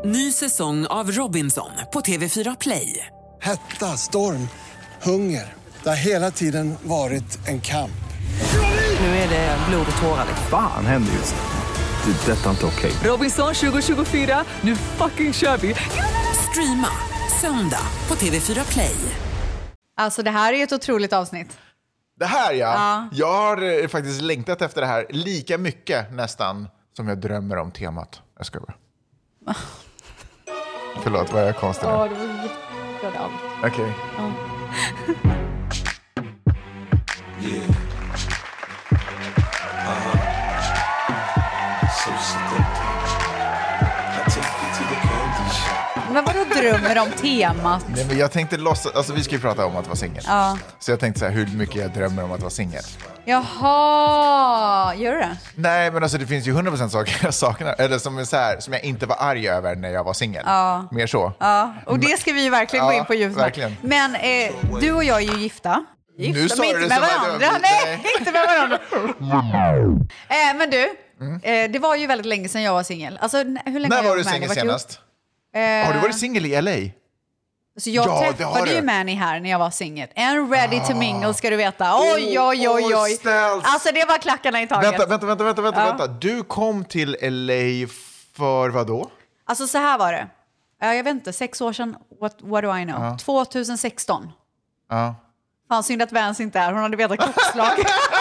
Ny säsong av Robinson på TV4 Play. Hetta, storm, hunger. Det har hela tiden varit en kamp. Nu är det blod och tårar. Fan händer just nu. Det. Detta är inte okej. Robinson 2024, nu fucking kör vi. Streama söndag på TV4 Play. Alltså det här är ett otroligt avsnitt. Det här ja. Jag har faktiskt längtat efter det här lika mycket nästan som jag drömmer om temat. Jag ska bara. Förlåt, vad är jag konstig nu? Ja, det var jättebra. Okej. Men vadå drömmer om temat? Nej, men jag tänkte låtsas, alltså vi ska ju prata om att vara singel. Ja. Så jag tänkte så här, hur mycket jag drömmer om att vara singel. Jaha, gör du det? Nej, men alltså det finns ju 100% saker jag saknar. Eller som är så här, som jag inte var arg över när jag var singel. Ja. Mer så. Ja, och det ska vi ju verkligen gå in på djupt. Verkligen. Men du och jag är ju gifta. Nu sa men du inte det med som varandra. att Nej, inte med varandra. Men du, det var ju väldigt länge sedan jag var singel. Alltså, hur länge När har jag var du med singel varit senast? ihop? Har du varit singel i LA? Så jag Ja, det har träffade du. ju Manny här när jag var singel. En ready to mingle ska du veta. Oj. Ställs. Alltså det var klackarna i taget. Vänta. Du kom till LA för vad då? Alltså så här var det. Jag vet inte, 6 år sedan, what do I know? 2016. Ja. Fan, synd att Vans inte är. Hon hade vetat klockslag.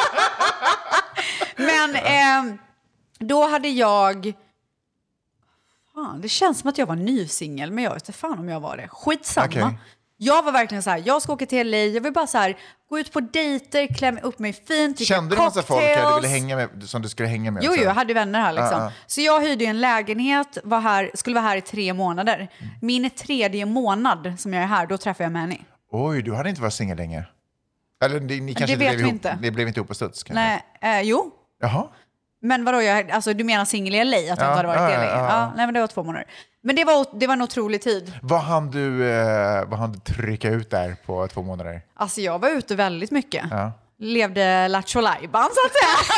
Men då hade jag... Fan, det känns som att jag var nysingel, men jag vet inte fan om jag var det. Skitsamma. Okay. Jag var verkligen så här, jag ska åka till LA, jag vill bara så här, gå ut på dejter, klämma upp mig fint, dricka Kände du massa folk cocktails. här du ville hänga med, som du skulle hänga med? Jo, jag hade vänner här liksom. Så jag hyrde en lägenhet, skulle vara här i 3 månader. Min 3:e månad som jag är här, då träffade jag Manny. Oj, du hade inte varit singel länge. Eller ni kanske vet blev vi ihop. inte. Ni blev inte ihop på studs kanske. Nej, jo. Jaha. Men vadå, alltså du menar singel i LA? Att jag inte hade varit i LA? Ja, nej, men det var 2 månader. Men det var en otrolig tid. Vad hann du trycka ut där på 2 månader? Alltså jag var ute väldigt mycket. Ja. Levde Lattjo Lajban så att säga.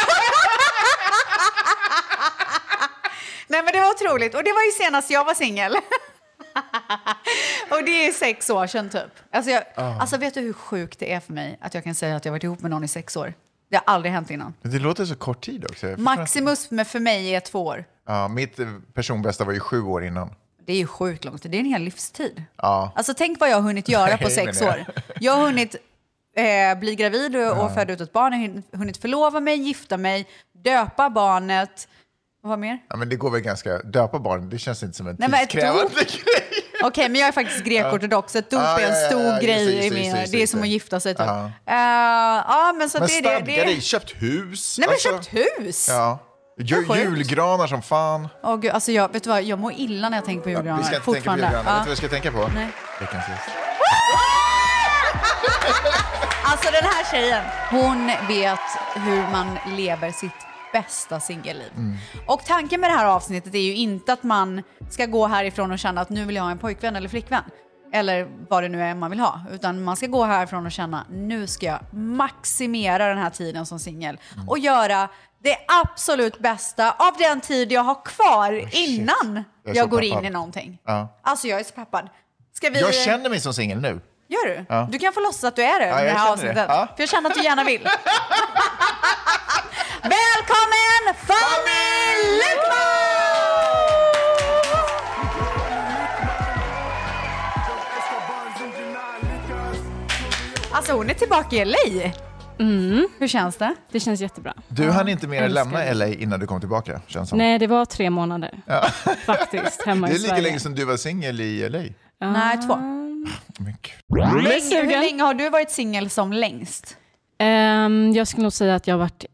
Nej, men det var otroligt. Och det var ju senast jag var singel. Och det är 6 år sedan typ. Alltså vet du hur sjukt det är för mig att jag kan säga att jag varit ihop med någon i 6 år? Det har aldrig hänt innan. Det låter så kort tid också. Maximus för mig är 2 år. Ja, mitt personbästa var ju 7 år innan. Det är ju sjukt långt. Det är en hel livstid. Ja. Alltså tänk vad jag har hunnit göra på 6 år. Jag har hunnit bli gravid och föda ut ett barn. Jag har hunnit förlova mig, gifta mig, döpa barnet. Och vad mer? Ja, men det går väl ganska... Döpa barn, det känns inte som en tidskrävande grej. Okej, men jag är faktiskt grek-ortodox. Ett dop är en stor grej i min... Det är som att gifta sig typ. Men så men det är stadga det. dig, köpt hus. Nej, men köpt hus? Ja. Julgranar som fan. Åh gud, alltså vet du vad, jag mår illa när jag tänker på julgranar. Vi ska inte tänka på julgranar. Vet du vad jag ska tänka på? Nej. Veckans gäst. Alltså den här tjejen, hon vet hur man lever sitt bästa singelliv. Och tanken med det här avsnittet är ju inte att man ska gå härifrån och känna att nu vill jag ha en pojkvän eller flickvän. Eller vad det nu är man vill ha. Utan man ska gå härifrån och känna, nu ska jag maximera den här tiden som singel. Och göra det absolut bästa av den tid jag har kvar innan jag går in i någonting. Alltså jag är så peppad. Jag känner mig som singel nu. Gör du? Ja. Du kan få låtsas att du är det i det här avsnittet. Ja. För jag känner att du gärna vill. Välkommen Fanny Lundman! Alltså hon är tillbaka i LA. Hur känns det? Det känns jättebra. Du hann inte mer lämna LA innan du kom tillbaka, känns som. Nej, det var 3 månader. Faktiskt, hemma i Sverige. Det är lika länge som du var singel i LA. Nej, 2. Hur länge har du varit singel som längst? Jag skulle nog säga att jag har varit...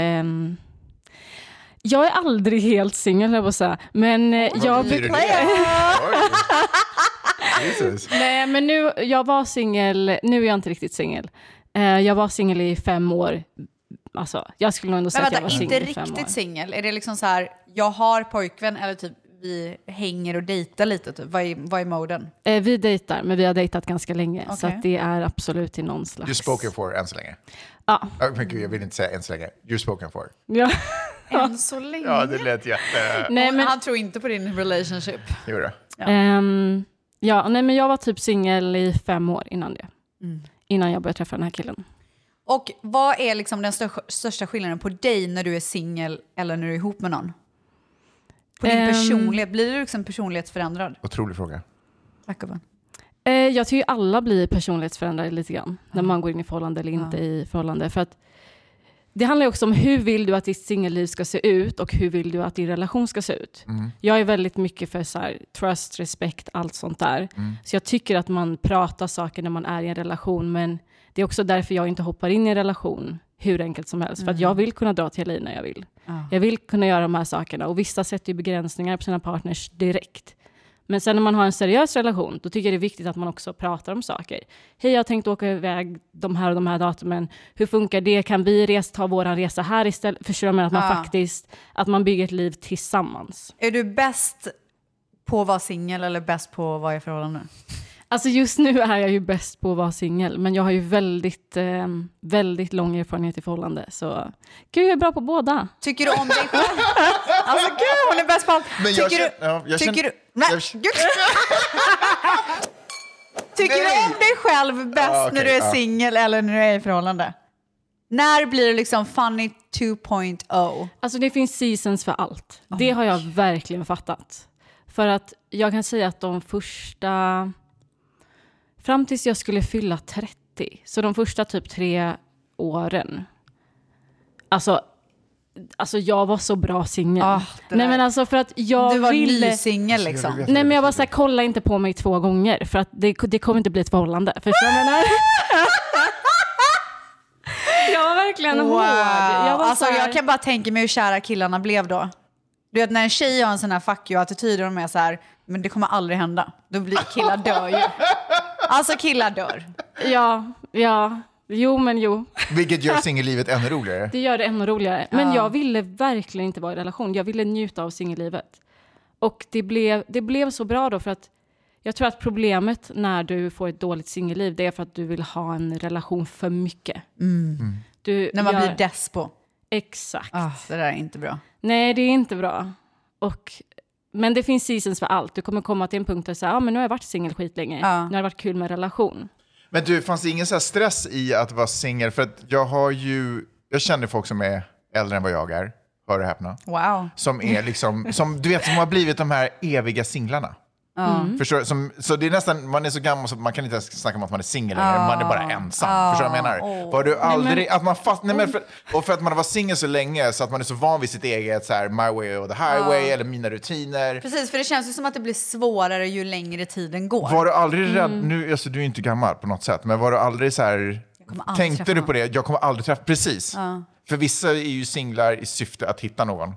jag är aldrig helt singel, jag säga. Men jag... Nej, men nu... Jag var singel... Nu är jag inte riktigt singel. Jag var singel i 5 år. Alltså, jag skulle nog ändå säga att jag var singel i 5 år. Inte riktigt singel. Är det liksom så här, jag har pojkvän eller typ vi hänger och dejtar lite typ? Vad är moden? Vi dejtar, men vi har dejtat ganska länge. Okay. Så att det är absolut i någon slags... You're spoken for än så länge. Ja. Men gud, jag vill inte säga än så länge. You're spoken for. Ja. Än så länge. Ja, det lät jätte... Nej, men han tror inte på din relationship. Jo då. Men jag var typ singel i 5 år innan det. Innan jag började träffa den här killen. Och vad är liksom den största skillnaden på dig när du är singel eller när du är ihop med någon? På din personlighet, blir du liksom personlighetsförändrad? Otrolig fråga. Tack och Jag tycker alla blir personlighetsförändrade lite grann. När man går in i förhållande eller inte i förhållande. För att det handlar ju också om hur vill du att ditt singelliv ska se ut och hur vill du att din relation ska se ut. Jag är väldigt mycket för så här, trust, respekt, allt sånt där. Så jag tycker att man pratar saker när man är i en relation, men det är också därför jag inte hoppar in i en relation hur enkelt som helst. För att jag vill kunna dra till Helena när jag vill. Jag vill kunna göra de här sakerna. Och vissa sätter ju begränsningar på sina partners direkt. Men sen när man har en seriös relation, då tycker jag det är viktigt att man också pratar om saker. Hej, jag har tänkt åka iväg de här datumen. Hur funkar det? Kan vi ta våran resa här istället? Förstår man att man faktiskt, att man bygger ett liv tillsammans. Är du bäst på att vara singel eller bäst på att vara i förhållande? Alltså just nu är jag ju bäst på att vara singel. Men jag har ju väldigt lång erfarenhet i förhållande. Så gud, jag är bra på båda. Tycker du om dig själv? Alltså gud, hon är bäst på allt. Tycker du om dig själv bäst när du är singel eller när du är i förhållande? När blir det liksom funny 2.0? Alltså det finns seasons för allt. Det har jag verkligen fattat. För att jag kan säga att de första... Fram tills jag skulle fylla 30. Så de första typ 3 åren. Alltså jag var så bra singel. Nej men alltså för att jag du var ville... ny singel liksom. Nej men jag var så här, kolla inte på mig 2 gånger. För att det kommer inte bli ett förhållande. Förstår du vad jag menar? Jag var verkligen hård. Jag kan bara tänka mig hur kära killarna blev då. Du vet när en tjej har en sån här fuck you-attityd och de är så här, men det kommer aldrig hända. Då blir killar dör ju. Alltså killar dör. Ja. Jo. Vilket gör singellivet ännu roligare. Det gör det ännu roligare. Men jag ville verkligen inte vara i relation. Jag ville njuta av singellivet. Och det blev så bra då för att jag tror att problemet när du får ett dåligt singelliv, det är för att du vill ha en relation för mycket. När man blir despo. Exakt. Det där är inte bra. Nej, det är inte bra. Men det finns seasons för allt. Du kommer komma till en punkt där du säger, men nu har jag varit singel skitlänge. Nu har det varit kul med relation. Men du, fanns det ingen så här stress i att vara singel? För att jag känner folk som är äldre än vad jag är. Hör och häpna. Wow. Som är liksom, som har blivit de här eviga singlarna. Förstår, så det är nästan, man är så gammal så man kan inte ens snacka om att man är singel längre, man är bara ensam. Förstår du vad jag menar? Var du aldrig, att man fast, och för att man var singel så länge så att man är så van vid sitt eget så här, my way or the highway eller mina rutiner. Precis, för det känns ju som att det blir svårare ju längre tiden går. Var du aldrig rädd, nu, alltså, du är inte gammal på något sätt, men var du aldrig så här, tänkte du på det? Jag kommer aldrig träffa, precis. För vissa är ju singlar i syfte att hitta någon.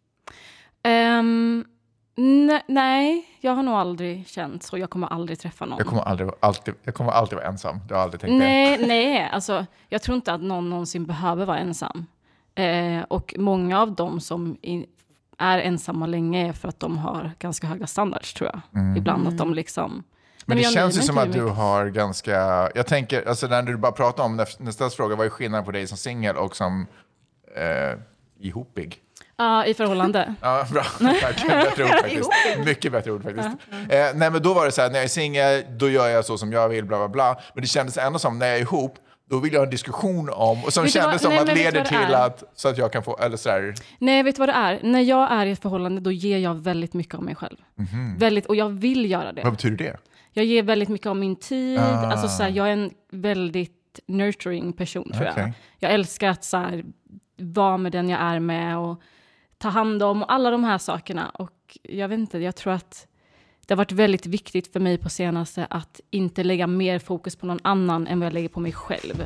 Nej, jag har nog aldrig känt så. Jag kommer aldrig träffa någon. Jag kommer alltid vara ensam. Du har aldrig tänkt det? Nej, alltså jag tror inte att någon någonsin behöver vara ensam. Och många av dem som är ensamma länge är för att de har ganska höga standards, tror jag. Ibland att de liksom... Men det känns ju som att du har ganska... Jag tänker, alltså när du bara pratar om nästa fråga, vad är skillnaden på dig som singel och som ihopig? Ja, i förhållande. Ja, bra. Bättre ord faktiskt. Mycket bättre ord faktiskt. Nej, men då var det så här, när jag är singel, då gör jag så som jag vill, bla bla bla. Men det kändes ändå som, när jag är ihop, då vill jag ha en diskussion om, och som kändes som att leder till att, så att jag kan få, eller så här. Nej, vet du vad det är? När jag är i ett förhållande, då ger jag väldigt mycket av mig själv. Väldigt, och jag vill göra det. Vad betyder det? Jag ger väldigt mycket av min tid. Alltså så här, jag är en väldigt nurturing person, tror jag. Jag älskar att så här, vara med den jag är med och ta hand om alla de här sakerna. Och jag vet inte, jag tror att det har varit väldigt viktigt för mig på senaste att inte lägga mer fokus på någon annan än vad jag lägger på mig själv.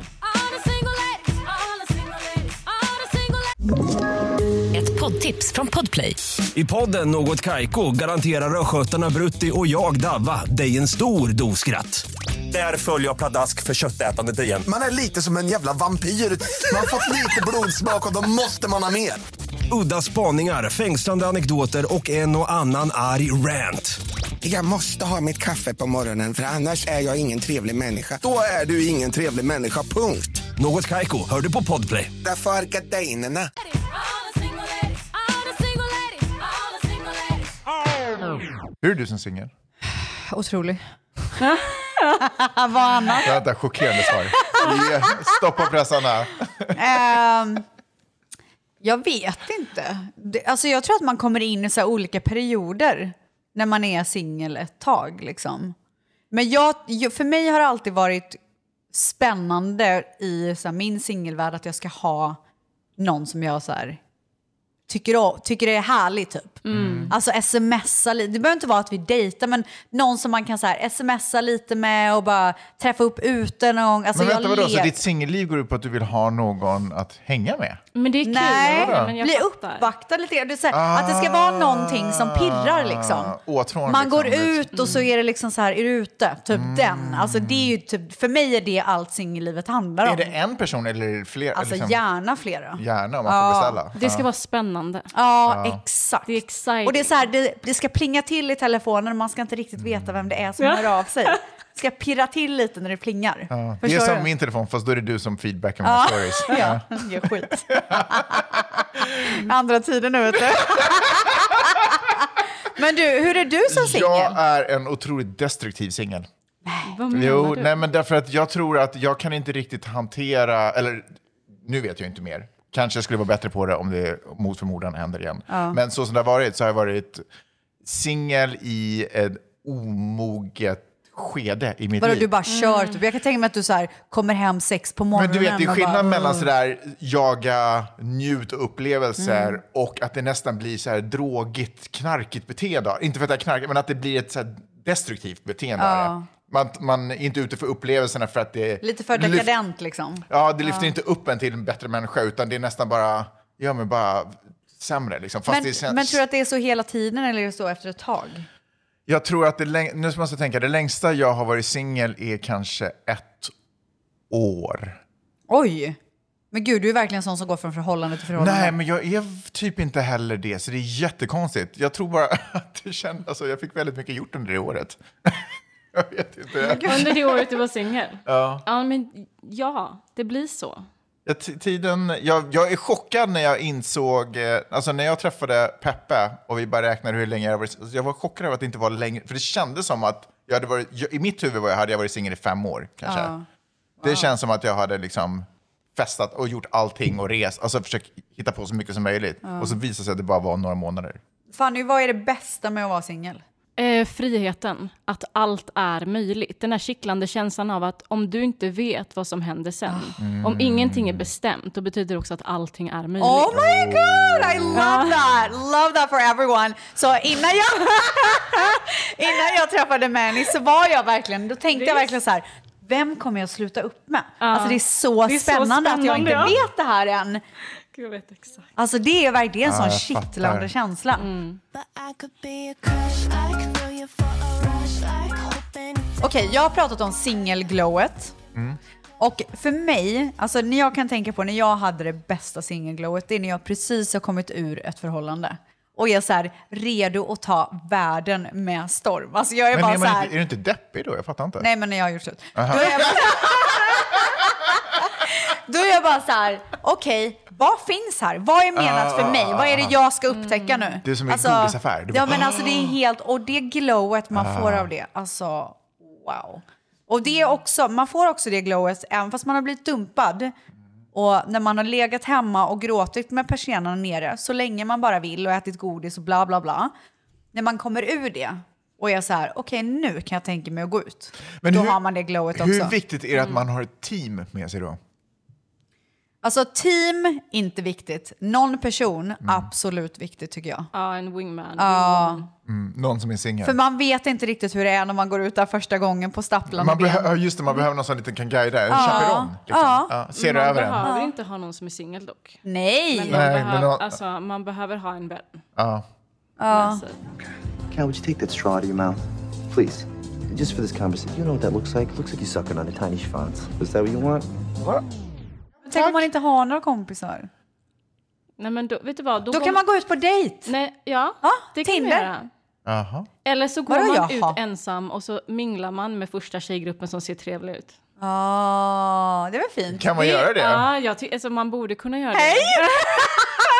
Ett poddtips från Podplay. I podden Något Kaiko garanterar röskötarna Brutti och jag Davva dig en stor doskratt. Där följer jag pladask för köttätandet igen. Man är lite som en jävla vampyr. Man har fått lite blodsmak och då måste man ha mer. Udda spaningar, fängslande anekdoter och en och annan arg rant. Jag måste ha mitt kaffe på morgonen för annars är jag ingen trevlig människa. Då är du ingen trevlig människa, punkt. Något Kaiko, hör du på Podplay. Därför är gardinerna. Hur är du som singel? Otrolig. Vad annat? Vänta, chockerande svar. Stoppa pressarna. Jag vet inte. Alltså jag tror att man kommer in i så här olika perioder när man är singel ett tag. Liksom. Men för mig har det alltid varit spännande i så här, min singelvärld att jag ska ha någon som jag så här, tycker det är härligt typ. Alltså smsa lite. Det behöver inte vara att vi dejtar, men någon som man kan så här, smsa lite med och bara träffa upp ute någon gång. Alltså, men vänta, vadå? Så ditt singelliv går ut på att du vill ha någon att hänga med? Men det är kul. Nej, men bli uppvaktad lite. Det är så här, att det ska vara någonting som pirrar liksom. Man går ut och så är det liksom så här, är du ute? Typ den. Alltså det är ju typ, för mig är det allt singellivet handlar om. Är det en person eller är det flera? Alltså liksom? Gärna flera. Gärna om man får beställa. Det ska vara spännande. Ja, exakt. Det är exciting. Och det är så här, det ska plinga till i telefonen och man ska inte riktigt veta vem det är som hör av sig. Det ska pirra till lite när det plingar. Det är som min telefon, fast då är det du som feedbackar mina stories. Ja, gör skit. Andra tider nu, vet du. Men du, hur är du som singel? Jag är en otroligt destruktiv singel. Vad menar du? Nej, men därför att jag tror att jag kan inte riktigt hantera, eller nu vet jag inte mer. Kanske jag skulle vara bättre på det om det mot förmodan händer igen. Men så som det har varit så har jag varit singel i ett omoget skede i mitt liv. Du bara kör typ. Jag kan tänka mig att du så här, kommer hem 6 på morgonen. Men du vet, det är skillnad mellan sådär jaga, njut och upplevelser och att det nästan blir så här drogigt, knarkigt beteende. Inte för att det är knarkigt, men att det blir ett så här destruktivt beteende. Man är inte ute för upplevelserna för att det är... Lite för dekadent liksom. Ja, det lyfter inte upp en till en bättre människa, utan det är nästan bara... Ja, men bara sämre liksom. Fast men tror du att det är så hela tiden eller är det så efter ett tag? Jag tror att nu måste jag tänka, det längsta jag har varit singel är kanske 1 år. Oj! Men gud, du är verkligen sån som går från förhållande till förhållande. Nej, men jag är typ inte heller det, så det är jättekonstigt. Jag tror bara att det kändes... Alltså, jag fick väldigt mycket gjort under det året. Jag vet inte. Under det året du var singel? Ja. Ja, det blir så. Jag är chockad när jag insåg, alltså när jag träffade Peppe och vi bara räknade hur länge jag varit, jag var chockad över att det inte var längre, för det kändes som att jag hade varit, i mitt huvud hade jag varit singel i 5 år kanske. Wow. Det känns som att jag hade liksom festat och gjort allting och rest, alltså försökt hitta på så mycket som möjligt. Och så visade det sig att det bara var några månader. Fanny, vad är det bästa med att vara singel? Friheten, att allt är möjligt. Den här kittlande känslan av att om du inte vet vad som händer sen, om ingenting är bestämt, då betyder det också att allting är möjligt. Oh my god, I love that! Love that for everyone. Så innan jag träffade Manny så var jag verkligen, då tänkte jag verkligen så här, vem kommer jag sluta upp med? Alltså det är så spännande att jag inte vet det här än. Jag vet exakt. Alltså det är verkligen en sån kittlande känsla. Okej, jag har pratat om singelglowet. Och för mig, alltså när jag kan tänka på när jag hade det bästa singelglowet, det är när jag precis har kommit ur ett förhållande. Och jag är så här redo att ta världen med storm. Alltså jag är bara så här... Är du inte deppig då? Jag fattar inte. Nej, men när jag har gjort slut. Då är jag bara så här, okej, vad finns här? Vad är menat för mig? Vad är det jag ska upptäcka nu? Det är som en godisaffär. Ja, men alltså det är helt, och det glowet man får av det, alltså wow. Och det är också, man får också det glowet även fast man har blivit dumpad. Och när man har legat hemma och gråtit med persiennerna nere så länge man bara vill och ätit godis och bla bla bla. När man kommer ur det och är så här, okej, nu kan jag tänka mig att gå ut. Men då har man det glowet också. Hur viktigt är det att man har ett team med sig då? Alltså team, inte viktigt. Någon person, absolut viktigt tycker jag. Ja, en wingman. Någon som är singel. För man vet inte riktigt hur det är när man går ut där första gången på stapplande ben. Just det, man behöver någon som lite kan guida. En chaperon. Liksom. Ser du över den? Man behöver inte ha någon som är singel dock. Nej! Man behöver ha en vän. Ja. Cal, would you take that straw out of your mouth? Please. Just for this conversation. You know what that looks like? It looks like you're sucking on a tiny schwanz. Is that what you want? What? Tänk om man inte har några kompisar. Nej, men då, vet du vad? Då kan man gå ut på dejt. Nej, det kan man göra. Aha. Eller så går man ut ensam och så minglar man med första tjejgruppen som ser trevlig ut. Det var fint. Kan man göra det? Ja, alltså man borde kunna göra det.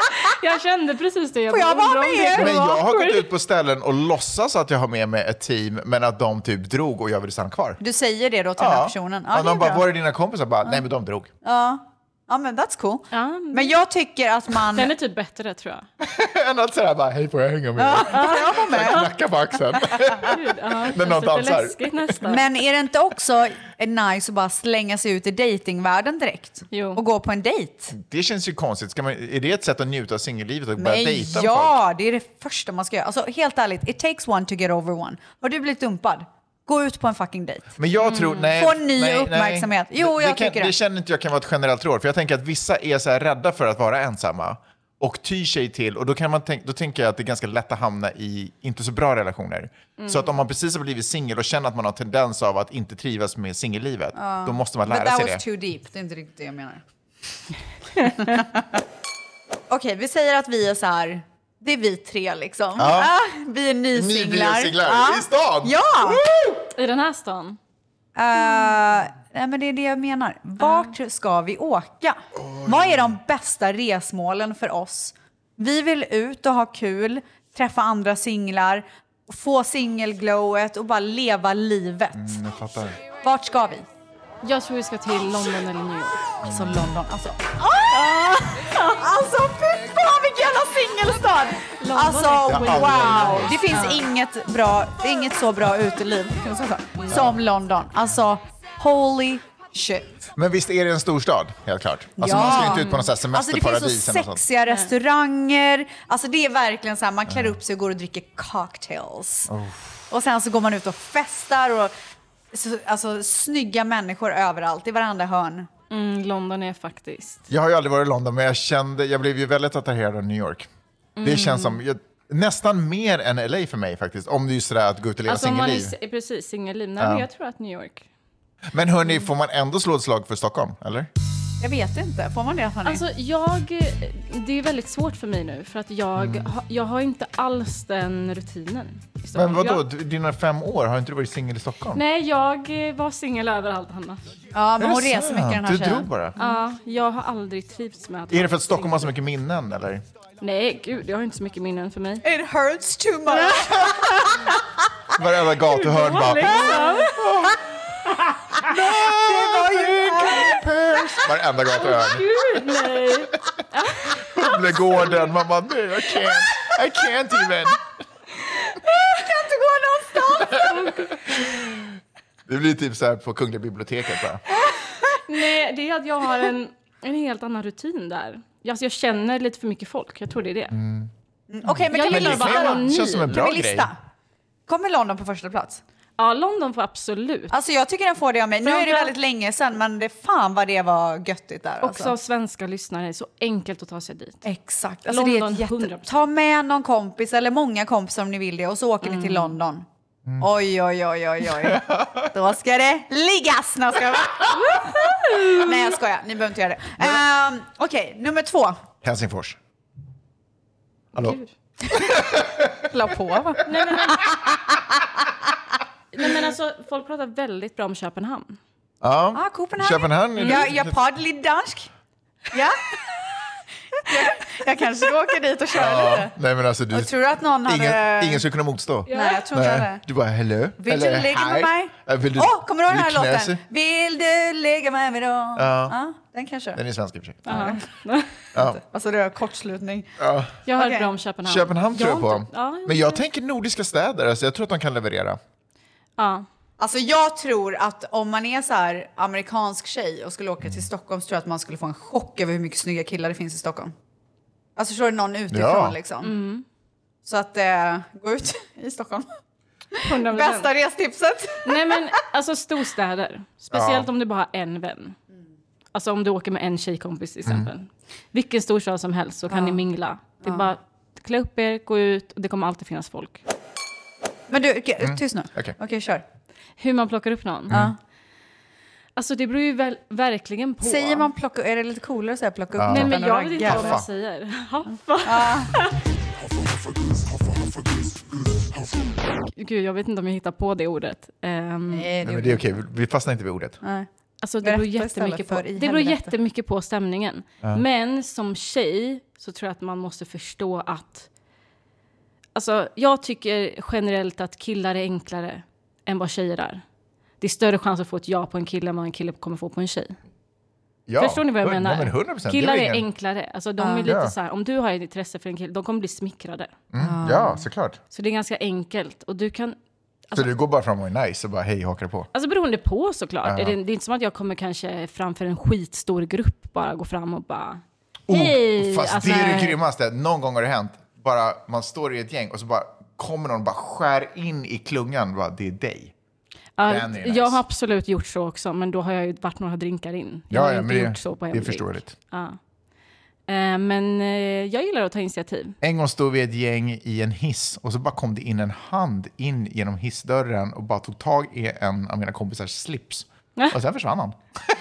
Jag kände precis det. Får jag vara med? Men jag har gått ut på ställen och låtsas att jag har med mig ett team, men att de typ drog och jag vill stanna kvar. Du säger det då till den här personen? Ja, de bara, var är dina kompisar? Bara, nej men de drog. Ja, men that's cool. Men jag tycker att man... Den är typ bättre, tror jag. Än att säga bara, hej får jag hänga med? Jag knackar på axeln. När någon dansar. Men är det inte också nice att bara slänga sig ut i datingvärlden direkt? Jo. Och gå på en dejt? Det känns ju konstigt. Är det ett sätt att njuta av singellivet och börja dejta folk? Ja, det är det första man ska göra. Alltså helt ärligt, it takes one to get over one. Har du blivit dumpad? Gå ut på en fucking dejt. Men jag tror, få ny uppmärksamhet. Jo, jag tycker det. Det känner inte jag kan vara ett generellt råd. För jag tänker att vissa är så här rädda för att vara ensamma. Och tyr sig till. Och då tänker jag att det är ganska lätt att hamna i inte så bra relationer. Så att om man precis har blivit singel och känner att man har tendens av att inte trivas med singellivet. Då måste man lära sig det. That was too deep. Det är inte riktigt det jag menar. Okej, vi säger att vi är så här... Det är vi tre liksom. Vi är nysinglar. I stan? Ja! I den här stan? Nej, men det är det jag menar. Vart ska vi åka? Vad är de bästa resmålen för oss? Vi vill ut och ha kul, träffa andra singlar, få singelglowet och bara leva livet. Jag fattar. Vart ska vi? Jag tror vi ska till London eller New York. Alltså London, alltså. Alltså fy fan vilken jävla singelstad. Alltså wow. Det finns inget så bra uteliv som London. Alltså holy shit. Men visst är det en storstad, helt klart. Alltså man ska inte ut på någon sån här semesterparadis. Alltså det finns så sexiga restauranger. Alltså det är verkligen så här, man klär upp sig och går och dricker cocktails. Och sen så går man ut och festar och alltså snygga människor överallt i varandra hörn. London är faktiskt. Jag har ju aldrig varit i London, men jag blev ju väldigt attraherad av New York. Det känns som nästan mer än LA för mig faktiskt. Om det är just sådär att gå ut och leva singelliv. Precis, singelliv. Nej, men jag tror att New York. Men hörni, får man ändå slå ett slag för Stockholm, eller? Jag vet inte. Får man det? Alltså det är väldigt svårt för mig nu. För att jag har inte alls den rutinen. Men vadå? Dina 5 år, har inte du varit singel i Stockholm? Nej, jag var singel överallt, Hanna. Ja, men hon reser mycket den här Du tjejen. drog bara? Ja, jag har aldrig trivts med att... Är det för att Stockholm har så mycket minnen, eller? Nej, gud, jag har inte så mycket minnen för mig. It hurts too much. Varenda gatuhörn bara... Varenda gatuhörn. Gud, nej. Humlegården, man bara, nej, I can't even. Jag kan inte gå någonstans. Det blir typ så här på Kungliga biblioteket bara. Nej, det är att jag har en helt annan rutin där. Alltså jag känner lite för mycket folk, jag tror det är det. Okej, men kan vi lista? Det känns som en bra grej. Kommer London på första plats? Ja, London får absolut. Alltså jag tycker den får det av mig. Nu är det väldigt länge sedan, men det fan vad det var göttigt där. Också av svenska lyssnare, det är så enkelt att ta sig dit. Exakt. Alltså London, det är 100%. Ta med någon kompis eller många kompisar om ni vill det och så åker ni till London. Oj. Då ska det liggas. Nej, jag skojar. Ni behöver inte göra det. Okej, nummer 2. Helsingfors. Hallå? La på, va? Nej, men alltså, folk pratar väldigt bra om Köpenhamn. Ja, Köpenhamn. Jag paddlar dansk. Ja. Jag kanske ska åka dit och köra lite. Nej, men alltså, och tror du att någon ingen skulle kunna motstå. Nej, jag tror inte det. Du bara, hello. Vill du ligga med mig? Kommer du ihåg den här låten? Vill du ligga med mig då? Ja, den kanske. Den är svensk i och för sig. Ja. Alltså det är kortslutning. Ja. Jag har hört bra om Köpenhamn. Köpenhamn tror jag på. Men jag tänker nordiska städer. Alltså jag tror att de kan leverera. Ja. Alltså jag tror att om man är så här amerikansk tjej och skulle åka till Stockholm så tror jag att man skulle få en chock över hur mycket snygga killar det finns i Stockholm. Alltså så är det någon utifrån liksom. Så att gå ut i Stockholm. 100%. Bästa restipset. Nej, men alltså storstäder. Speciellt om du bara har en vän. Alltså om du åker med en tjejkompis till exempel. Vilken storstad som helst så kan ni mingla. Det är bara klä upp er, gå ut och det kommer alltid finnas folk. Men du, tyst nu. Okej, kör. Hur man plockar upp någon. Alltså det beror ju verkligen på. Säger man plocka, är det lite coolare att säga plocka upp? Nej, men jag vet inte vad man säger. Haffa. Gud, jag vet inte om jag hittar på det ordet. Nej, men det är okej. Vi fastnar inte vid ordet. Nej. Alltså det beror jättemycket på stämningen. Men som tjej så tror jag att man måste förstå att... Alltså jag tycker generellt att killar är enklare än vad tjejer är. Det är större chans att få ett ja på en kille än vad en kille kommer få på en tjej. Ja, förstår ni vad jag menar? 100%. Killar är enklare. Alltså de är lite så här, om du har ett intresse för en kille, de kommer bli smickrade. Ja, såklart. Så det är ganska enkelt. Och du kan... Alltså, så du går bara fram och är nice och bara hej, hakar på? Alltså beroende på såklart. Det är inte som att jag kommer kanske framför en skitstor grupp bara gå fram och bara hej. Fast alltså, det är det grymmaste. Någon gång har det hänt. Bara man står i ett gäng och så bara kommer någon och bara skär in i klungan. Bara, det är dig. Nice. Jag har absolut gjort så också. Men då har jag ju varit några drinkar in. Jag har inte gjort så på en det är förståeligt. Men jag gillar att ta initiativ. En gång stod vi ett gäng i en hiss och så bara kom det in en hand in genom hissdörren och bara tog tag i en av mina kompisars slips. Och sen försvann han.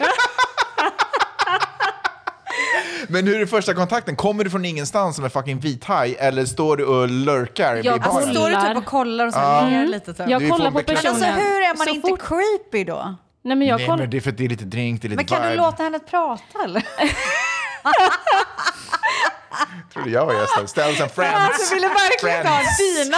Men hur är första kontakten? Kommer du från ingenstans som en fucking vithaj eller står du och lurkar i baren? Alltså, står du typ och kollar och så ner lite typ. Jag kollar på personen. Men alltså hur är man så inte creepy då? Nej men men det är för att det är lite drink, det är lite men kan vibe. Du låta henne prata eller? Trodde jag var gästen. Ställ som friends. Jag ville verkligen ha dina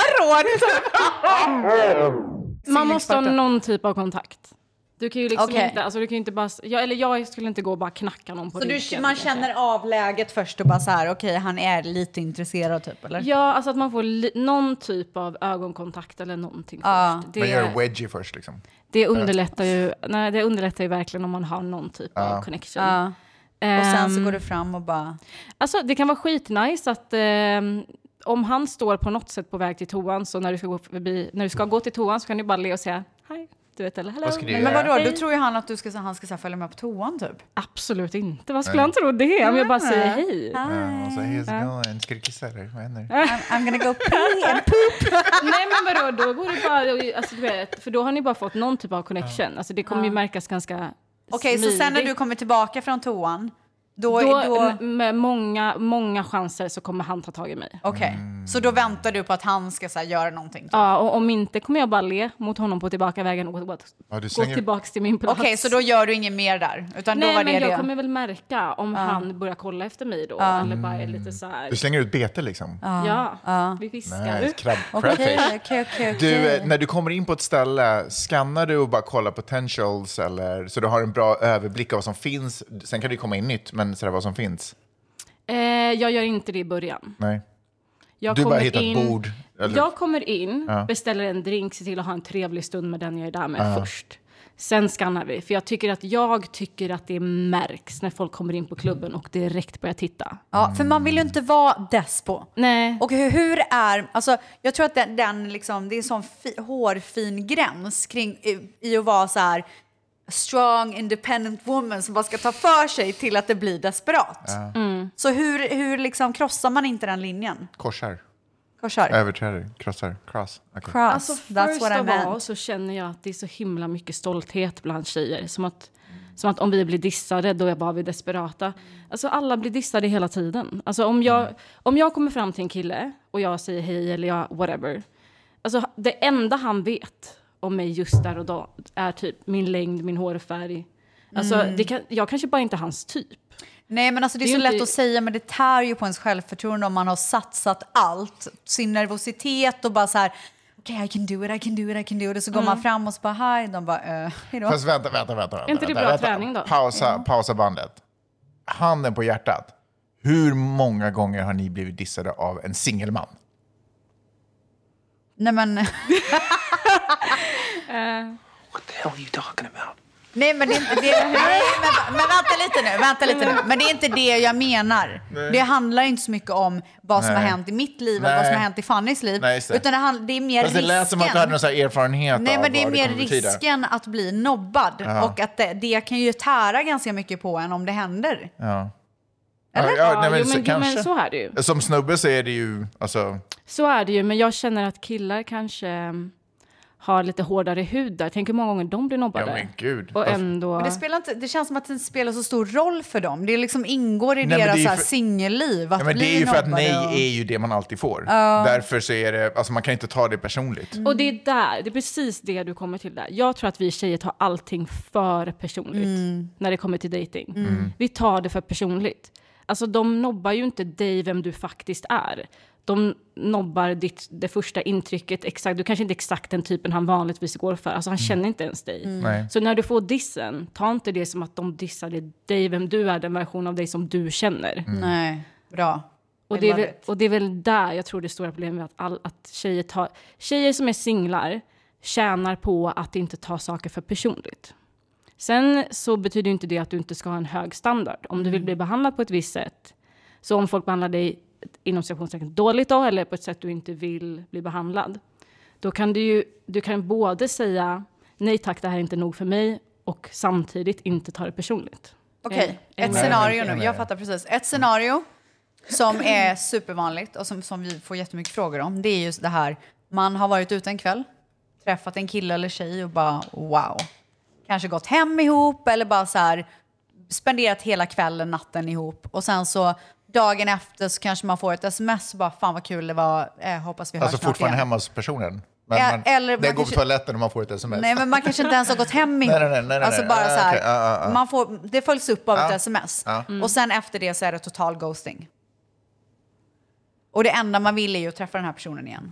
råd. Man måste ha någon typ av kontakt. Du kan ju liksom inte, alltså du kan ju inte bara, jag skulle inte gå och bara knacka någon på ryggen. Så man känner av läget först och bara så här, okej, han är lite intresserad typ, eller? Ja, alltså att man får någon typ av ögonkontakt eller någonting först. Man gör wedgie först liksom. Det underlättar ju verkligen om man har någon typ av connection. Och sen så går du fram och bara... Alltså det kan vara skitnice att om han står på något sätt på väg till toan, så när du ska gå till toan så kan du bara le och säga hej. Du vet, eller hello. Men vadå, då tror ju han att han ska följa med på toan typ. Absolut inte. Vad skulle han tro det? Om jag bara säger hej. Och så hejs going. Ska du kissa dig? Vad händer? I'm gonna go pee and poop. Nej men vadå, då går det bara, alltså du vet, för då har ni bara fått någon typ av connection. Alltså det kommer ju märkas ganska Okej, så sen när du kommer tillbaka från toan då med många chanser så kommer han ta tag i mig. Okej. Så då väntar du på att han ska så här, göra någonting? Typ. Ja, och om inte kommer jag bara le mot honom på tillbakavägen och gå tillbaka till min plats. Okej, så då gör du inget mer där? Utan nej, då var men jag det. Kommer väl märka om han börjar kolla efter mig då. Eller bara är lite så här... Du slänger ut bete liksom? Ja, vi fiskar. Nice. Okej. Du, när du kommer in på ett ställe, skannar du och bara kollar potentials eller, så du har en bra överblick av vad som finns? Sen kan det komma in nytt, men sådär vad som finns? Jag gör inte det i början. Nej. Du bara hittar ett bord? Eller? Jag kommer in, beställer en drink, ser till att ha en trevlig stund med den jag är där med först. Sen skannar vi. För jag tycker att det märks när folk kommer in på klubben och direkt börjar titta. Ja, för man vill ju inte vara despo. Nej. Och hur är... Alltså, jag tror att den liksom, det är en sån hårfin gräns kring i att vara så här... strong, independent woman som bara ska ta för sig till att det blir desperat. Så hur liksom krossar man inte den linjen? Korsar. Överträder. Krossar. Cross. Okay. Cross. Alltså That's what I meant. Så känner jag att det är så himla mycket stolthet bland tjejer. Som att om vi blir dissade, då är bara vi desperata. Alltså alla blir dissade hela tiden. Alltså om jag kommer fram till en kille och jag säger hej eller whatever. Alltså det enda han vet om mig just där och då är typ min längd, min hårfärg. Alltså jag kanske bara inte är hans typ. Nej, men alltså det är så lätt att säga, men det tär ju på ens självförtroende om man har satsat allt, sin nervositet och bara så här, okej, I can do it. Så går man fram och så bara, hej, de bara, hejdå. Fast vänta. Är inte det bra träning då? Pausa bandet. Handen på hjärtat. Hur många gånger har ni blivit dissade av en singelman? Nej, men... What the hell are you talking about? Nej, men det är inte det. Nej, men vänta lite nu. Men det är inte det jag menar. Nej. Det handlar inte så mycket om vad som har hänt i mitt liv eller vad som har hänt i Fannys liv. Nej, utan det är mer risken. Det lät som att du hade någon så här erfarenhet. Nej, men det är mer risken att bli nobbad. Och att det kan ju tära ganska mycket på en om det händer. Ja. Eller? Men så är det ju. Som snubbe så är det ju... Alltså... Så är det ju, men jag känner att killar kanske har lite hårdare hud där. Tänk hur många gånger de blir nobbade. Ja, men gud. Och ändå... Men det känns som att det spelar så stor roll för dem. Det liksom ingår i deras så här singelliv. Ja, men det är ju för att nej är ju det man alltid får. Därför så är det, alltså man kan inte ta det personligt. Och det är precis det du kommer till där. Jag tror att vi tjejer tar allting för personligt när det kommer till dating. Vi tar det för personligt. Alltså de nobbar ju inte dig vem du faktiskt är. De nobbar det första intrycket exakt. Du kanske inte exakt den typen han vanligtvis går för. Alltså han känner inte ens dig. Så när du får dissen, ta inte det som att de dissar dig vem du är, den version av dig som du känner. Nej, bra. Och det är väl där jag tror det stora problemet att tjejer som är singlar tjänar på att inte ta saker för personligt. Sen så betyder inte det att du inte ska ha en hög standard. Om du vill bli behandlad på ett visst sätt. Så om folk behandlar dig inom situationstecken dåligt då, eller på ett sätt du inte vill bli behandlad. Då kan du kan både säga nej tack, det här är inte nog för mig. Och samtidigt inte ta det personligt. Okej, ett scenario nu. Jag fattar precis. Ett scenario som är supervanligt och som vi får jättemycket frågor om. Det är just det här. Man har varit ute en kväll. Träffat en kille eller tjej och bara wow. Kanske gått hem ihop eller bara så här spenderat hela kvällen, natten ihop. Och sen så dagen efter så kanske man får ett sms och bara fan vad kul det var. Hoppas vi hörs alltså snart fortfarande igen. hemma hos personen. Men eller det går på toaletten och man får ett sms. Nej, men man kanske inte ens har gått hem ihop. Nej. Alltså bara så här, man får, det följs upp av ett sms. Och sen efter det så är det total ghosting. Och det enda man vill är ju att träffa den här personen igen.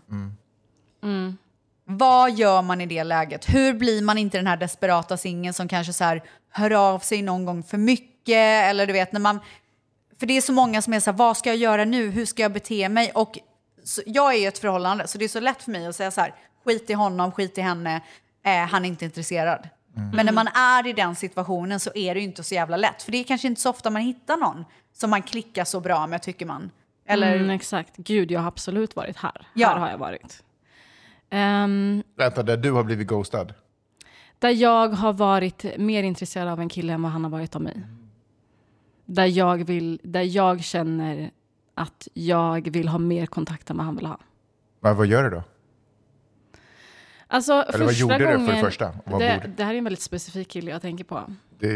Vad gör man i det läget? Hur blir man inte den här desperata singeln som kanske så här hör av sig någon gång för mycket? Eller du vet, när man... För det är så många som är så här, vad ska jag göra nu? Hur ska jag bete mig? Och så, jag är i ett förhållande, så det är så lätt för mig att säga så här, skit i honom, skit i henne, han är inte intresserad. Men när man är i den situationen så är det ju inte så jävla lätt. För det är kanske inte så ofta man hittar någon som man klickar så bra med, tycker man. Eller... exakt. Gud, jag har absolut varit här. Ja. Här har jag varit. Vänta, där du har blivit ghostad? Där jag har varit mer intresserad av en kille än vad han har varit av mig. Där jag känner att jag vill ha mer kontakt än vad han vill ha. Men vad gör du då? Alltså, eller vad gjorde du för det första? Det här är en väldigt specifik kille jag tänker på.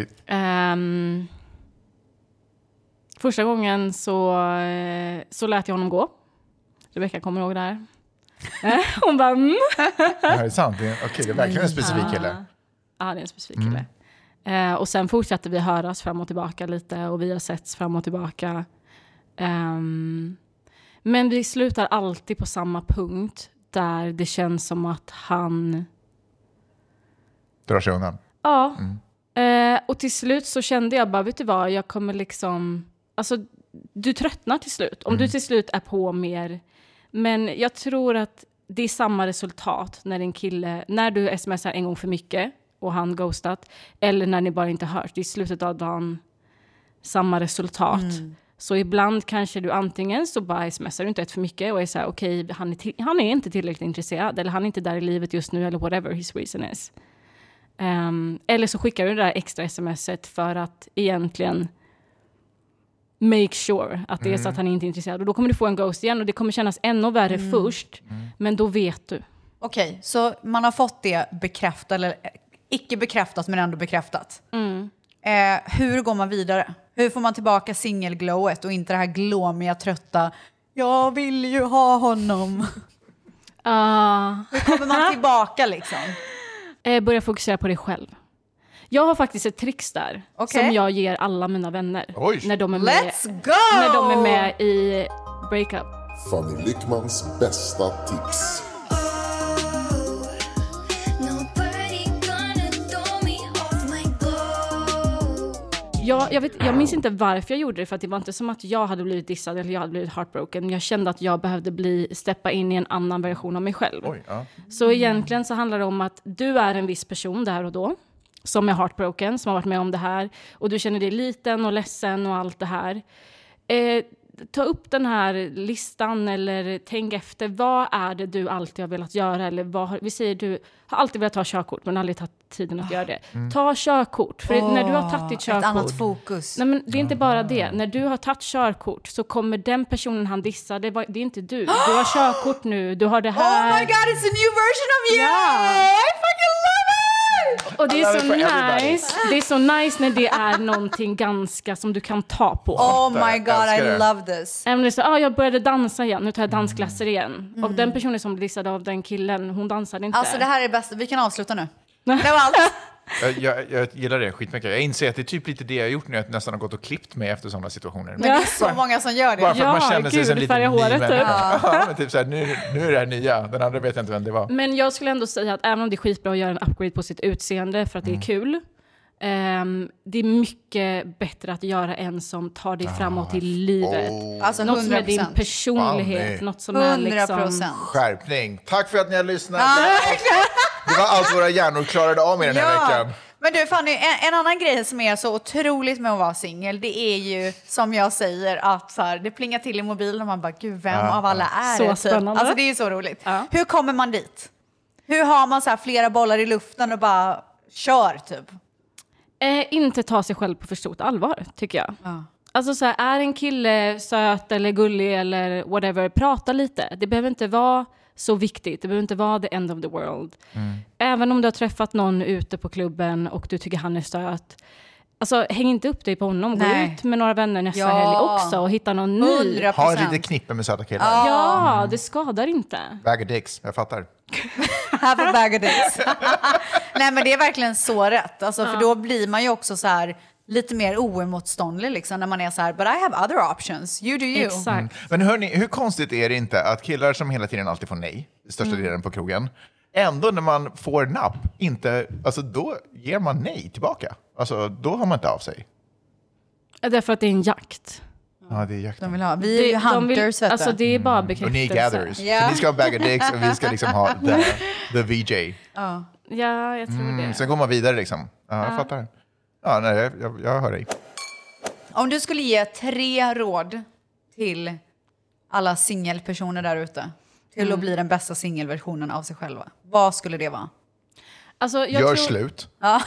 Första gången så lät jag honom gå. Rebecca kommer ihåg det här. Hon bara... Det här är sant. Okej, det är verkligen en specifik kille. Ja, det är en specifik kille. Och sen fortsatte vi höras fram och tillbaka lite. Och vi har setts fram och tillbaka. Men vi slutar alltid på samma punkt. Där det känns som att han... drar sig undan. Ja. Och till slut så kände jag bara, vet du vad? Jag kommer liksom... Alltså, du tröttnar till slut. Om du till slut är på mer... Men jag tror att det är samma resultat när du smsar en gång för mycket och han ghostat, eller när ni bara inte hörs. Det är i slutet av dagen samma resultat. Så ibland kanske du antingen så bara smsar du inte ett för mycket och är så här, okej, han är inte tillräckligt intresserad, eller han är inte där i livet just nu, eller whatever his reason is. Eller så skickar du det där extra smset för att egentligen make sure att det är så att han inte är intresserad. Och då kommer du få en ghost igen och det kommer kännas ännu värre först. Men då vet du. Okej, så man har fått det bekräftat, eller icke bekräftat men ändå bekräftat. Hur går man vidare? Hur får man tillbaka singelglowet och inte det här glåmiga, trötta jag vill ju ha honom? Hur kommer man tillbaka liksom? Börja fokusera på dig själv. Jag har faktiskt ett tricks där som jag ger alla mina vänner när de är när de är med i breakup. Fanny Lyckmans bästa tips. Jag minns inte varför jag gjorde det, för att det var inte som att jag hade blivit dissad eller jag hade blivit heartbroken. Jag kände att jag behövde steppa in i en annan version av mig själv. Så egentligen så handlar det om att du är en viss person där och då som är heartbroken, som har varit med om det här, och du känner dig liten och ledsen och allt det här. ta upp den här listan eller tänk efter, vad är det du alltid har velat göra? Eller vi säger du har alltid velat ta körkort men aldrig tagit tiden att göra det. Ta körkort, för när du har tagit ditt körkort... Ett annat fokus. Nej, men det är inte bara det. När du har tagit körkort så kommer den personen han dissar, det är inte du. Du har körkort nu, du har det här... Oh my god, it's a new version of you! Yeah. I fucking love it! Och det är så nice. Det är så nice när det är någonting ganska som du kan ta på. Oh my god, I love this. Även så, jag började dansa igen. Nu tar jag dansklasser igen. Och den personen som blev dissad av den killen, hon dansade inte. Alltså det här är det bästa. Vi kan avsluta nu. Det var allt. Jag gillar det skitmycket. Jag inser att det är typ lite det jag har gjort nu. Jag nästan har gått och klippt mig efter sådana situationer. Men det är så många som gör det. Bara för att man känner sig som lite ny människa. Ja. Men typ så här, nu är det här nya. Den andra vet jag inte vem det var. Men jag skulle ändå säga att även om det är skitbra att göra en upgrade på sitt utseende för att det är kul. Det är mycket bättre att göra en som tar dig framåt i livet. Alltså 100%. Något som är din personlighet. Något som 100%. är liksom... Skärpning. Tack för att ni har lyssnat. Det var allt våra hjärnor klarade av i den här veckan. Men du Fanny, en annan grej som är så otroligt med att vara singel, det är ju som jag säger att så här, det plingar till i mobilen och man bara, gud vem av alla är så det? Spännande. Alltså det är ju så roligt. Hur kommer man dit? Hur har man så här flera bollar i luften och bara kör typ? Inte ta sig själv på för stort allvar, tycker jag. Alltså så här, är en kille söt eller gullig eller whatever, prata lite. Det behöver inte vara så viktigt. Det behöver inte vara the end of the world. Även om du har träffat någon ute på klubben och du tycker han är söt. Alltså häng inte upp dig på honom. Gå ut med några vänner nästa helg också och hitta någon ny. 100%. Ha lite knippe med söta killar. Ja, det skadar inte. Bag of dicks, jag fattar. Have a bag of dicks. Nej men det är verkligen så rätt. Alltså, för då blir man ju också så här lite mer oemotståndlig liksom, när man är så här, but I have other options, you do you. Exakt. Men hörni, hur konstigt är det inte att killar som hela tiden alltid får nej, största delen på krogen, ändå när man får napp, inte, alltså då ger man nej tillbaka. Alltså då har man inte av sig. Därför att det är en jakt. Ja, det är jakten. De vill ha. Vi är ju hunters, vet du. Alltså det är bara bekräftelse. Och ni är gatherers. Så ni ska ha bag of dicks och vi ska liksom ha the VJ. Ja, jag tror det. Sen går man vidare liksom. Ja, jag fattar. Ja, nej, jag hör dig. Om du skulle ge 3 råd till alla singelpersoner där ute till att bli den bästa singelversionen av sig själva, vad skulle det vara? Alltså, Gör slut. Ja.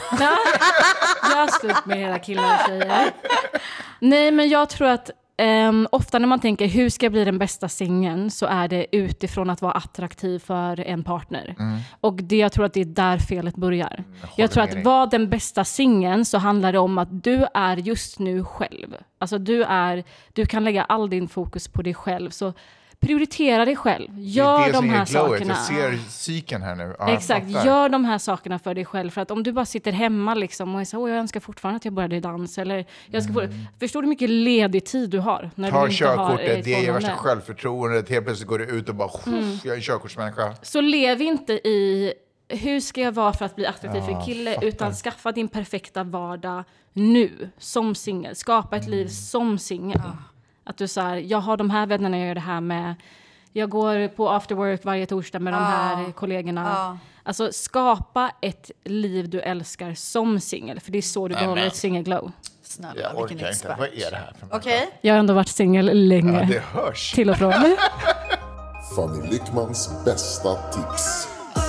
Gör slut med hela killar och tjejer. Nej, men jag tror att ofta när man tänker hur ska jag bli den bästa singeln, så är det utifrån att vara attraktiv för en partner. Och jag tror att det är där felet börjar. Jag tror att vara den bästa singeln, så handlar det om att du är just nu själv. Alltså du kan lägga all din fokus på dig själv. Så prioritera dig själv. Gör de här sakerna. Jag ser psyken här nu. Ja, exakt, gör de här sakerna för dig själv. För att om du bara sitter hemma liksom och är så, jag önskar fortfarande att jag började dans. Eller jag ska förstår du hur mycket ledig tid du har? När ta du inte körkortet, har det är värsta självförtroendet. Helt plötsligt går du ut och bara, jag är en körkortsmänniska. Så lev inte i, hur ska jag vara för att bli attraktiv för en kille? Utan skaffa din perfekta vardag nu, som singel. Skapa ett liv som singel. Att du säger, jag har de här vännerna jag gör det här med. Jag går på after work varje torsdag med de här kollegorna. Alltså skapa ett liv du älskar som singel. För det är så du behåller ett singelglow. Snälla, jag orkar inte. Vad är det här för Okej. Jag har ändå varit singel länge. Ja, det hörs. Till och från. Fanny Lyckmans bästa tips.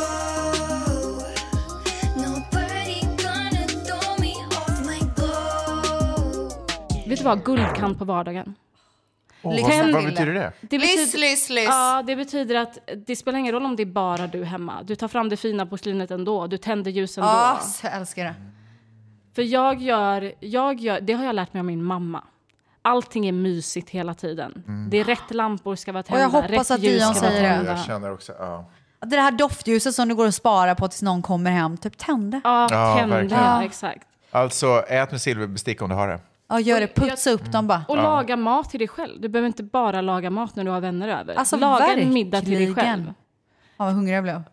Vet du vad? Guldkant på vardagen. Vad betyder det? Lyss. Ja, det betyder att det spelar ingen roll om det är bara du hemma. Du tar fram det fina porslinet ändå. Du tänder ljusen då. Jag älskar det. För jag gör, det har jag lärt mig av min mamma. Allting är mysigt hela tiden. Det är rätt lampor ska vara tända. Och jag hoppas att Dion säger det. Jag känner också, det här doftljuset som du går och sparar på tills någon kommer hem. Typ tända. Ja, tända, exakt. Alltså, ät med silverbestick om du har det. Ja, gör det. Putsa upp dem bara. Och laga mat till dig själv. Du behöver inte bara laga mat när du har vänner över. Alltså, laga en middag till dig själv. Ja, vad hungrig jag blev.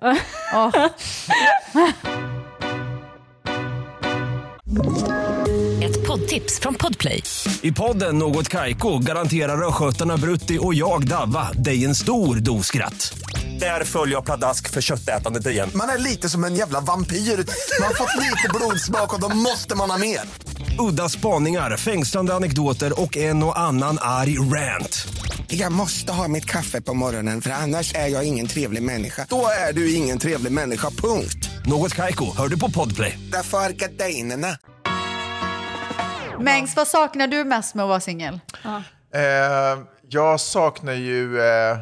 Ett poddtips från Podplay. I podden Något Kaiko garanterar röskötarna Brutti och jag Davva dig en stor dos skratt. Där följer jag pladask för köttätandet igen. Man är lite som en jävla vampyr. Man har fått lite blodsmak och då måste man ha mer. Udda spaningar, fängslande anekdoter och en och annan arg rant. Jag måste ha mitt kaffe på morgonen, för annars är jag ingen trevlig människa. Då är du ingen trevlig människa, punkt. Något Kaiko, hör du på Podplay. Därför är gardinerna. Mengs, vad saknar du mest med att vara singel? Jag saknar ju...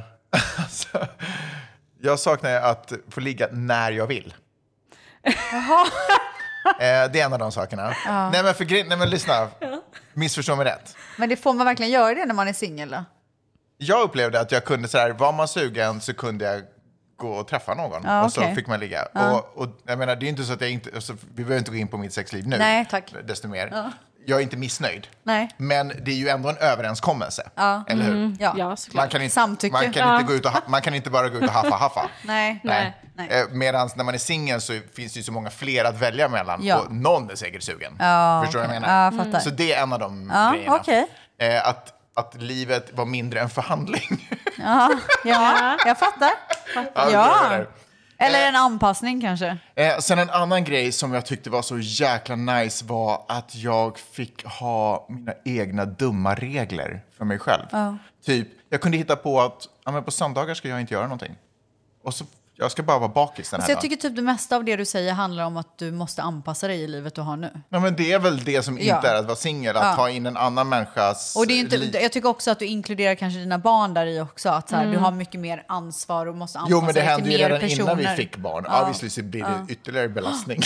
jag saknar att få ligga när jag vill. Jaha. Det är en av de sakerna. Ja. Nej men lyssna. Missförstå mig rätt. Men det får man verkligen göra det när man är singel då? Jag upplevde att jag kunde sådär, var man sugen så kunde jag gå och träffa någon. Och så fick man ligga. Och jag menar, det är inte så att jag inte... Alltså, vi behöver inte gå in på mitt sexliv nu. Nej, tack. Desto mer. Jag är inte missnöjd. Nej. Men det är ju ändå en överenskommelse. Eller hur? Ja, man kan inte, samtycke. Man kan inte bara gå ut och haffa. Nej. Medan när man är singel så finns det ju så många fler att välja mellan. Ja. Och någon är säkert sugen. Förstår du vad jag menar? Fattar. Så det är en av de grejerna. Okay. Att livet var mindre en förhandling. Ja, jag fattar. Ja. Eller en anpassning kanske. Sen en annan grej som jag tyckte var så jäkla nice var att jag fick ha mina egna dumma regler för mig själv. Typ, jag kunde hitta på att på söndagar ska jag inte göra någonting. Och så jag ska bara vara bakis den här dagen. Jag tycker typ det mesta av det du säger handlar om att du måste anpassa dig i livet du har nu. Ja, men det är väl det som inte är att vara singel. Att ta in en annan människas och det är inte, jag tycker också att du inkluderar kanske dina barn där i också. Att så här, du har mycket mer ansvar och måste anpassa dig till mer personer. Jo, men det hände ju redan innan vi fick barn. Ja, visst så blir det ytterligare belastning.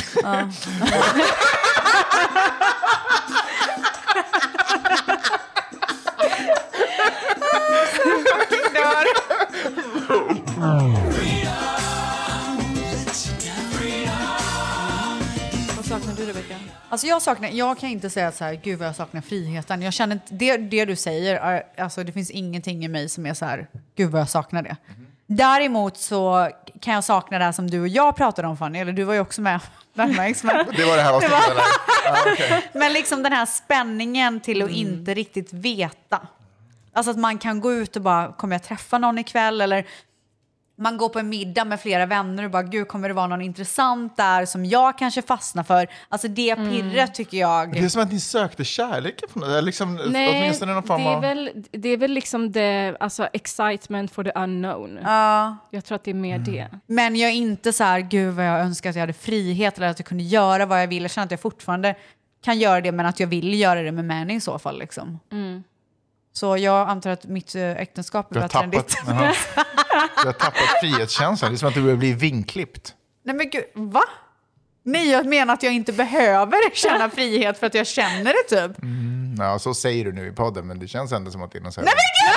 Vad saknar du, Rebecca? Alltså jag kan inte säga så här, gud vad jag saknar friheten. Jag känner inte, det du säger är, alltså det finns ingenting i mig som är så här, gud vad jag saknar det. Däremot så kan jag sakna det här som du och jag pratade om, Fanny, eller du var ju också med. Det var det här okay. Men liksom den här spänningen till att inte riktigt veta. Alltså att man kan gå ut och bara, kommer jag träffa någon ikväll? Eller man går på en middag med flera vänner och bara, gud, kommer det vara någon intressant där som jag kanske fastnar för? Alltså det pirret tycker jag. Det är som att ni sökte kärleken på något, liksom, åtminstone någon form av... det är väl liksom det, alltså excitement for the unknown. Jag tror att det är mer det. Men jag är inte så här, gud vad jag önskar att jag hade frihet eller att jag kunde göra vad jag vill. Jag känner att jag fortfarande kan göra det, men att jag vill göra det med Manny i så fall liksom. Så jag antar att mitt äktenskap är bättre än ditt. Du har tappat frihetskänslan. Det är som att du börjar bli vinklippt. Nej men gud, va? Nej, jag menar att jag inte behöver känna frihet för att jag känner det typ. Ja, så säger du nu i podden, men det känns ändå som att det är någon så här... Nej men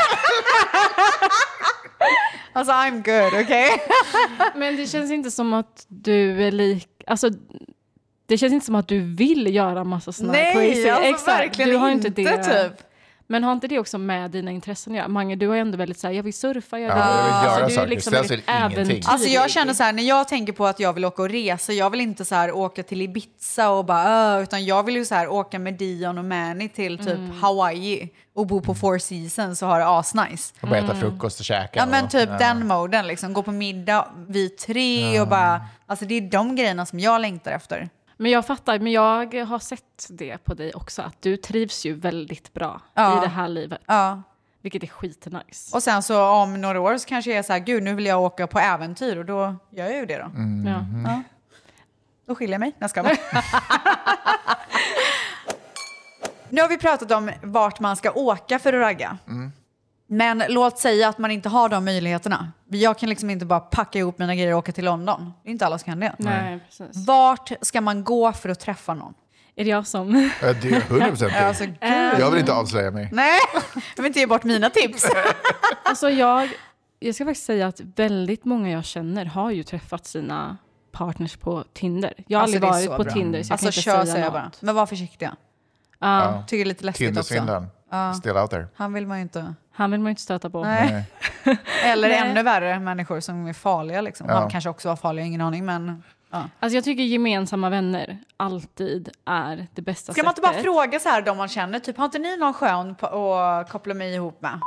alltså I'm good, okay? Men det känns inte som att du är alltså det känns inte som att du vill göra massa såna här crazy. Nej, alltså verkligen du har inte det typ. Men har inte det också med dina intressen att göra? Mange, du har ju ändå väldigt såhär, jag vill surfa, jag vill göra du är liksom väldigt äventyrlig. Alltså jag känner så här, när jag tänker på att jag vill åka och resa, jag vill inte så här åka till Ibiza och bara utan jag vill ju så här åka med Dion och Manny till typ Hawaii och bo på Four Seasons och ha det asnice. Och bara äta frukost och käka. Ja men typ den moden liksom, gå på middag vi tre och bara, alltså det är de grejerna som jag längtar efter. Men jag fattar, men jag har sett det på dig också, att du trivs ju väldigt bra i det här livet. Vilket är skitnice. Och sen så om några år så kanske jag är så här, gud nu vill jag åka på äventyr och då gör jag ju det då. Ja. Då skiljer jag mig. Jag ska bara. Nu har vi pratat om vart man ska åka för att ragga. Men låt säga att man inte har de möjligheterna. Jag kan liksom inte bara packa ihop mina grejer och åka till London. Det är inte alla som kan det. Nej, precis. Vart ska man gå för att träffa någon? Är det jag som? Det är 100%. Alltså, jag vill inte avslöja mig. Nej, jag vill inte ge bort mina tips. Alltså jag ska faktiskt säga att väldigt många jag känner har ju träffat sina partners på Tinder. Jag har aldrig varit på Tinder, så jag kan inte säga något. Bara. Men var försiktiga. Tycker det är lite läskigt också. Still out there. Han vill man ju inte stöta på. Nej. Eller ännu värre människor som är farliga liksom. Han kanske också var farlig, ingen aning, men Alltså jag tycker gemensamma vänner alltid är det bästa sättet. Ska man inte bara fråga så här de man känner, typ har inte ni någon skön att koppla mig ihop med?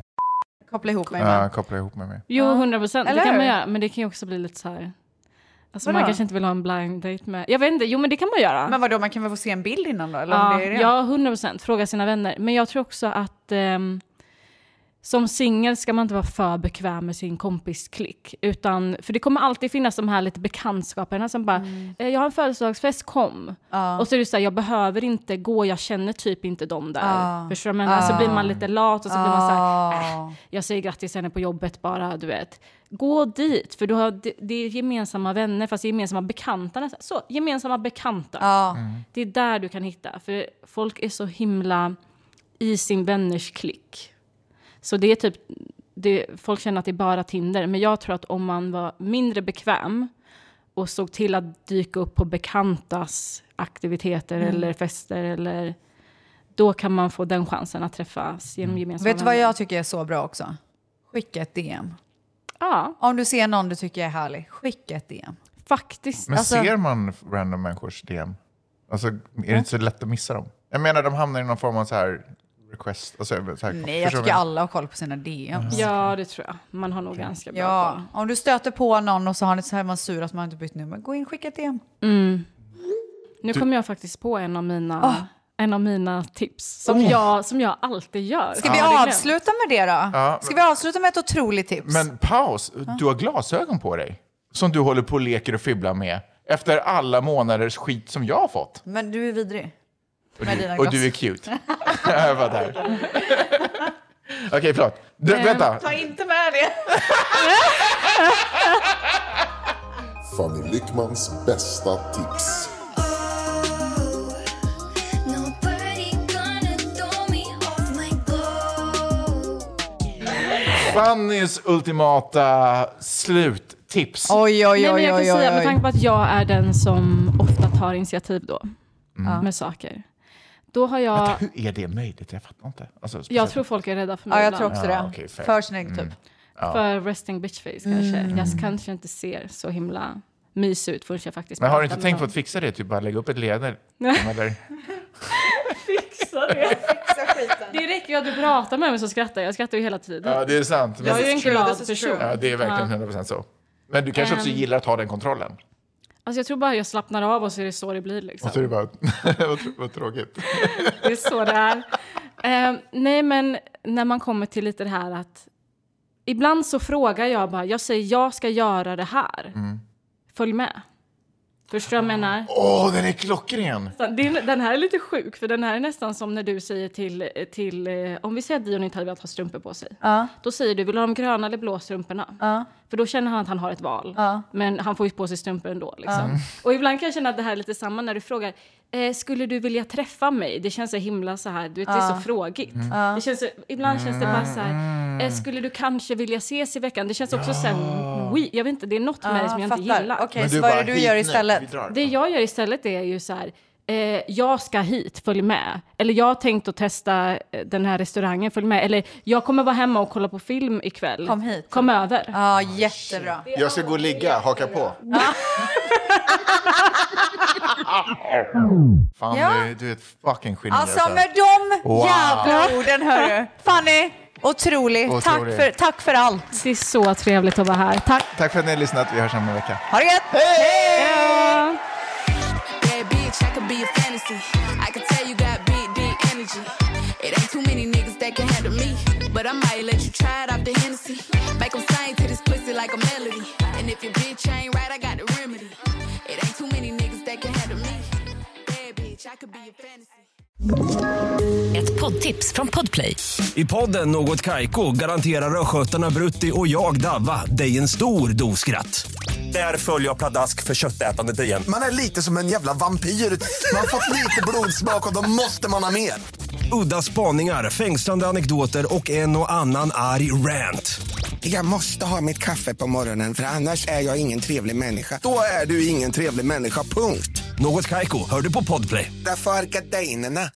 Koppla ihop mig med. Koppla ihop med mig. Jo, 100%. Det kan man göra, men det kan ju också bli lite så här. Alltså man kanske inte vill ha en blind date med... Jag vet inte, jo men det kan man göra. Men vadå, man kan väl få se en bild innan då? Eller Ja, om det är det? ja, 100%. Fråga sina vänner. Men jag tror också att som singel ska man inte vara för bekväm med sin kompisklick. För det kommer alltid finnas de här lite bekantskaperna som bara, jag har en födelsedagsfest, kom. Och så är det så här, jag behöver inte gå, jag känner typ inte dem där. Förstår du? Men så blir man lite lat och så blir man så här, jag säger grattis henne på jobbet bara, du vet. Gå dit, för du har, det är gemensamma vänner, fast gemensamma bekanta. Så, gemensamma bekanta. Det är där du kan hitta. För folk är så himla i sin vänners klick. Så det är typ, folk känner att det är bara Tinder. Men jag tror att om man var mindre bekväm och såg till att dyka upp på bekantas aktiviteter eller fester, eller, då kan man få den chansen att träffas genom gemensamma Vet du vad jag tycker är så bra också? Skicka ett DM. Ja. Om du ser någon du tycker är härlig, skicka ett DM. Faktiskt. Men ser man random människors DM? Alltså, är det inte så lätt att missa dem? Jag menar, de hamnar i någon form av så här request. Alltså, så här, nej, jag tycker alla har koll på sina DMs. Ja, det tror jag. Man har nog ganska bra koll. Om du stöter på någon och så har man sur att man inte bytt nummer, gå in, skicka ett DM. Nu kommer jag faktiskt på en av mina tips som jag alltid gör. Ska vi avsluta med det då? Ja. Ska vi avsluta med ett otroligt tips? Men paus, du har glasögon på dig som du håller på och leker och fibblar med efter alla månaders skit som jag har fått. Men du är vidrig. Och du är cute. Jag var där. Okej, förlåt. Vänta. Ta inte med det. Fanny Lyckmans bästa tips. Fannys ultimata sluttips. Oj. Men jag kan säga, med tanke på att jag är den som ofta tar initiativ då med saker. Då har jag... Vänta, hur är det möjligt? Jag fattar inte. Alltså, jag tror folk är rädda för mig. Ja, jag tror också det. Okay, för sin egen typ. För resting bitch face kanske. Jag kanske inte ser så himla mys ut förrän jag faktiskt... Men har du inte tänkt på att fixa det? Typ bara lägga upp ett leder? Eller? Fixa det. Det räcker ju att du pratar med mig så skrattar jag. Jag skrattar ju hela tiden. Ja, det är sant. Jag är ju en glad person. Ja, det är verkligen 100% så. Men du kanske också gillar att ha den kontrollen? Alltså jag tror bara jag slappnar av och så är det så det blir liksom. Och så är det bara, vad tråkigt. Det är så det är. Nej, men när man kommer till lite det här att ibland så frågar jag säger jag ska göra det här. Följ med. Förstår jag menar? Den är klockren. Den här är lite sjuk, för den här är nästan som när du säger till om vi säger att Dion inte hade velat ha strumpor på sig. Då säger du, vill du ha de gröna eller blå strumporna? För då känner han att han har ett val. Men han får ju på sig strumpor ändå. Liksom. Och ibland kan jag känna att det här är lite samma när du frågar, skulle du vilja träffa mig? Det känns så himla så här, du vet, det är så frågigt. Det känns så, ibland känns det bara så här, skulle du kanske vilja ses i veckan? Det känns också så här, jag vet inte, det är något med det som jag inte gillar. Okej, så vad är det du gör istället? Det jag gör istället är ju så här, jag ska hit, följ med. Eller jag har tänkt att testa den här restaurangen, följ med. Eller jag kommer vara hemma och kolla på film ikväll. Kom hit. Kom över. Ja, jättebra. Jag ska gå och ligga, haka på. Fan, du är ett fucking geni. Alltså med de jävla orden, hörru. Fanny, otrolig. Tack för allt. Det är så trevligt att vara här. Tack för att ni har lyssnat. Vi hörs om en vecka. Ha det gött. Hej! I could be a fantasy. I could tell you got big, deep energy. It ain't too many niggas that can handle me. But I might let you try it off the Hennessy. Make them sing to this pussy like a melody. And if your bitch ain't right, I got the remedy. It ain't too many niggas that can handle me. Bad bitch, I could be a fantasy. Ett poddtips från Podplay. I podden Något Kaiko garanterar östgötarna Brutti och jag Davva dig en stor doskratt. Där följer jag pladask för köttätandet igen. Man är lite som en jävla vampyr. Man har fått lite blodsmak och då måste man ha mer. Udda spaningar, fängslande anekdoter och en och annan arg rant. Jag måste ha mitt kaffe på morgonen, för annars är jag ingen trevlig människa. Då är du ingen trevlig människa, punkt. Något Kaiko, hör du på Podplay. Därför är gardinerna.